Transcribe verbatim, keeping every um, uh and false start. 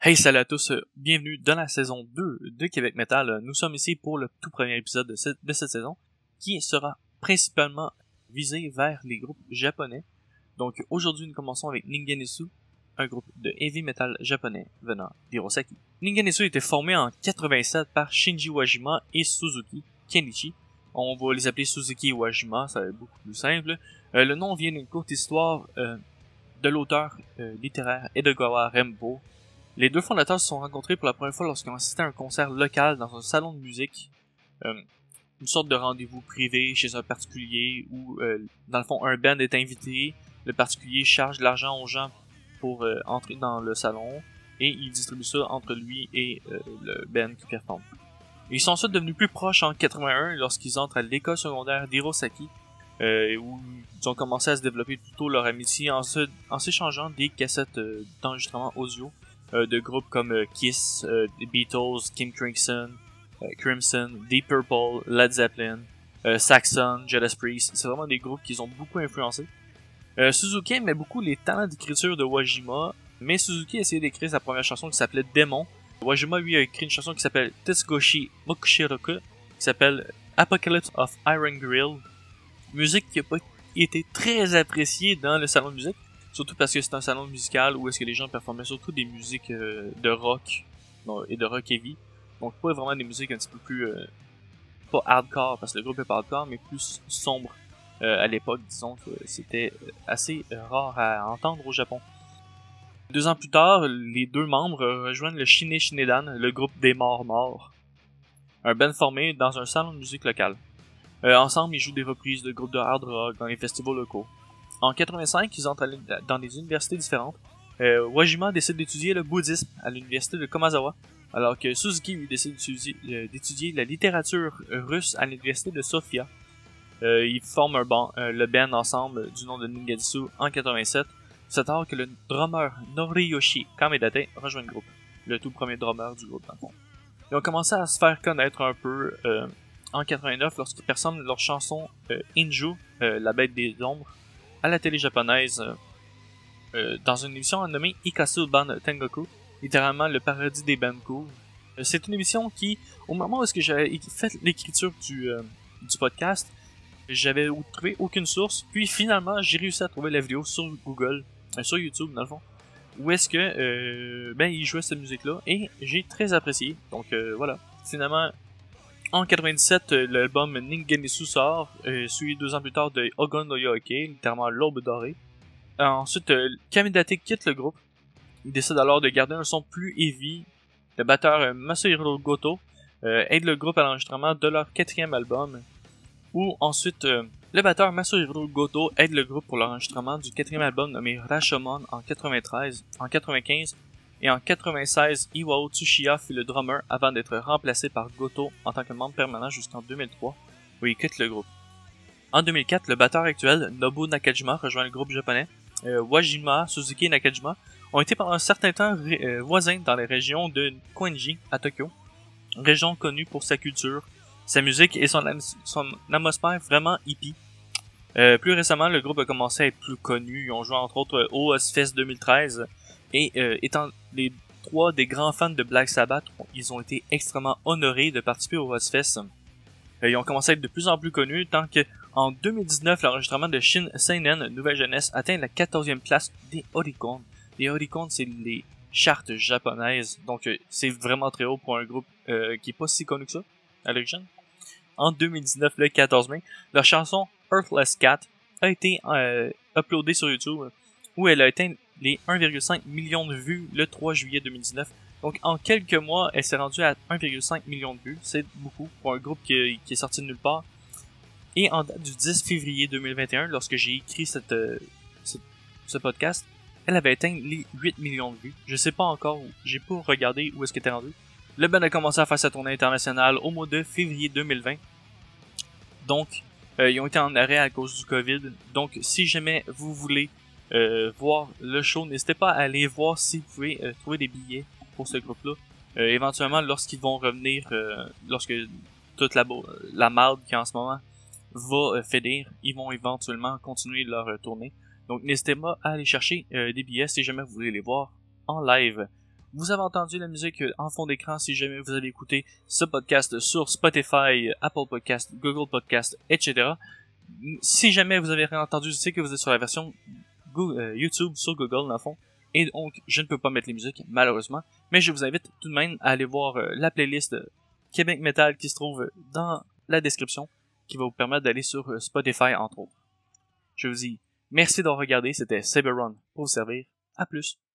Hey, salut à tous, euh, bienvenue dans la saison deux de Québec Metal. Nous sommes ici pour le tout premier épisode de cette, de cette saison, qui sera principalement visé vers les groupes japonais. Donc aujourd'hui, nous commençons avec Ningenetsu, un groupe de heavy metal japonais venant d'Hirosaki. Ningenetsu était formé en quatre-vingt-sept par Shinji Wajima et Suzuki Kenichi. On va les appeler Suzuki et Wajima, ça va être beaucoup plus simple. Euh, le nom vient d'une courte histoire euh, de l'auteur euh, littéraire Edogawa Renpo. Les deux fondateurs se sont rencontrés pour la première fois lorsqu'ils ont assisté à un concert local dans un salon de musique, euh, une sorte de rendez-vous privé chez un particulier où, euh, dans le fond, un band est invité, le particulier charge de l'argent aux gens pour euh, entrer dans le salon et il distribue ça entre lui et euh, le band qui performe. Ils sont ensuite devenus plus proches en quatre-vingt-un lorsqu'ils entrent à l'école secondaire d'Hirosaki, euh, où ils ont commencé à se développer plutôt leur amitié en, se, en s'échangeant des cassettes euh, d'enregistrement audio de groupes comme euh, Kiss, euh, The Beatles, King Crimson, euh, Crimson, Deep Purple, Led Zeppelin, euh, Saxon, Judas Priest. C'est vraiment des groupes qui ont beaucoup influencé. Euh, Suzuki aimait beaucoup les talents d'écriture de Wajima, mais Suzuki a essayé d'écrire sa première chanson qui s'appelait Démon. Wajima lui a écrit une chanson qui s'appelle Tetsugoshi Mokushiroku, qui s'appelle Apocalypse of Iron Grill. Musique qui a pas été très appréciée dans le salon de musique. Surtout parce que c'est un salon musical où est-ce que les gens performaient surtout des musiques euh, de rock bon, et de rock heavy. Donc pas vraiment des musiques un petit peu plus euh, pas hardcore parce que le groupe est pas hardcore mais plus sombre euh, à l'époque. Disons que c'était assez rare à entendre au Japon. Deux ans plus tard, les deux membres rejoignent le Shine Shinedan, le groupe des morts morts, un band formé dans un salon de musique local. Euh, ensemble, ils jouent des reprises de groupes de hard rock dans les festivals locaux. En quatre-vingt-cinq, ils entrent dans des universités différentes. Euh, Wajima décide d'étudier le bouddhisme à l'université de Komazawa, alors que Suzuki lui décide d'étudier, euh, d'étudier la littérature russe à l'université de Sofia. Euh, ils forment un ban, euh, le band ensemble du nom de Ningenetsu en quatre-vingt-sept. C'est alors que le drummer Noriyoshi Kamedate rejoint le groupe, le tout premier drummer du groupe dans le fond. Ils ont commencé à se faire connaître un peu euh, en quatre-vingt-neuf lorsqu'ils performent leur chanson euh, Inju, euh, la bête des ombres, à la télé japonaise euh, euh, dans une émission nommée Ikasu Ban Tengoku, littéralement le paradis des banku. Euh, c'est une émission qui, au moment où est-ce que j'avais fait l'écriture du, euh, du podcast, j'avais trouvé aucune source, puis finalement j'ai réussi à trouver la vidéo sur Google, euh, sur YouTube dans le fond, où est-ce que euh, ben il jouait cette musique-là et j'ai très apprécié. Donc euh, voilà, finalement en quatre-vingt-dix-sept, l'album Ningenetsu sort, euh, suivi deux ans plus tard de Ogon no Yoke, littéralement l'aube dorée. Euh, ensuite, euh, Kamedate quitte le groupe. Il décide alors de garder un son plus heavy. Le batteur euh, Masahiro Goto euh, aide le groupe à l'enregistrement de leur quatrième album. Où ensuite, euh, le batteur Masahiro Goto aide le groupe pour l'enregistrement du quatrième album nommé Rashomon en quatre-vingt-treize, en quatre-vingt-quinze. Et en quatre-vingt-seize, Iwao Tsuchiya fut le drummer avant d'être remplacé par Goto en tant que membre permanent jusqu'en deux mille trois, où il quitte le groupe. En deux mille quatre, le batteur actuel, Nobu Nakajima, rejoint le groupe japonais. Euh, Wajima, Suzuki et Nakajima ont été pendant un certain temps euh, voisins dans les régions de Koenji, à Tokyo, région connue pour sa culture, sa musique et son, am- son atmosphère vraiment hippie. Euh, plus récemment, le groupe a commencé à être plus connu. Ils ont joué entre autres au Ozfest deux mille treize. Et euh, étant les trois des grands fans de Black Sabbath, ils ont été extrêmement honorés de participer au Ozfest. Euh, ils ont commencé à être de plus en plus connus, tant que en deux mille dix-neuf, l'enregistrement de Shin Seinen, Nouvelle Jeunesse, atteint la quatorzième place des Oricon. Les Oricon, c'est les chartes japonaises, donc euh, c'est vraiment très haut pour un groupe euh, qui est pas si connu que ça, à l'origine. En deux mille dix-neuf, le quatorze mai, leur chanson Earthless Cat a été euh, uploadée sur YouTube, où elle a atteint les un virgule cinq million de vues le trois juillet deux mille dix-neuf. Donc en quelques mois, elle s'est rendue à un virgule cinq million de vues. C'est beaucoup pour un groupe qui, qui est sorti de nulle part. Et en date du dix février deux mille vingt et un, lorsque j'ai écrit cette, euh, ce, ce podcast, elle avait atteint les huit millions de vues. Je sais pas encore où, j'ai pas regardé où est-ce qu'elle était rendue. Le band a commencé à faire sa tournée internationale au mois de février deux mille vingt. Donc, euh, ils ont été en arrêt à cause du COVID. Donc, si jamais vous voulez euh, voir le show, n'hésitez pas à aller voir si vous pouvez euh, trouver des billets pour ce groupe-là. Euh, éventuellement, lorsqu'ils vont revenir, euh, lorsque toute la, la marde qui est en ce moment va euh, finir, ils vont éventuellement continuer leur euh, tournée. Donc n'hésitez pas à aller chercher euh, des billets si jamais vous voulez les voir en live. Vous avez entendu la musique en fond d'écran si jamais vous avez écouté ce podcast sur Spotify, Apple Podcast, Google Podcast, et cetera. Si jamais vous avez rien entendu, je sais que vous êtes sur la version Google, euh, YouTube sur Google, dans le fond. Et donc, je ne peux pas mettre les musiques, malheureusement. Mais je vous invite tout de même à aller voir euh, la playlist Québec Metal qui se trouve dans la description, qui va vous permettre d'aller sur euh, Spotify, entre autres. Je vous dis merci d'avoir regardé, c'était Cyberrun pour vous servir. À plus!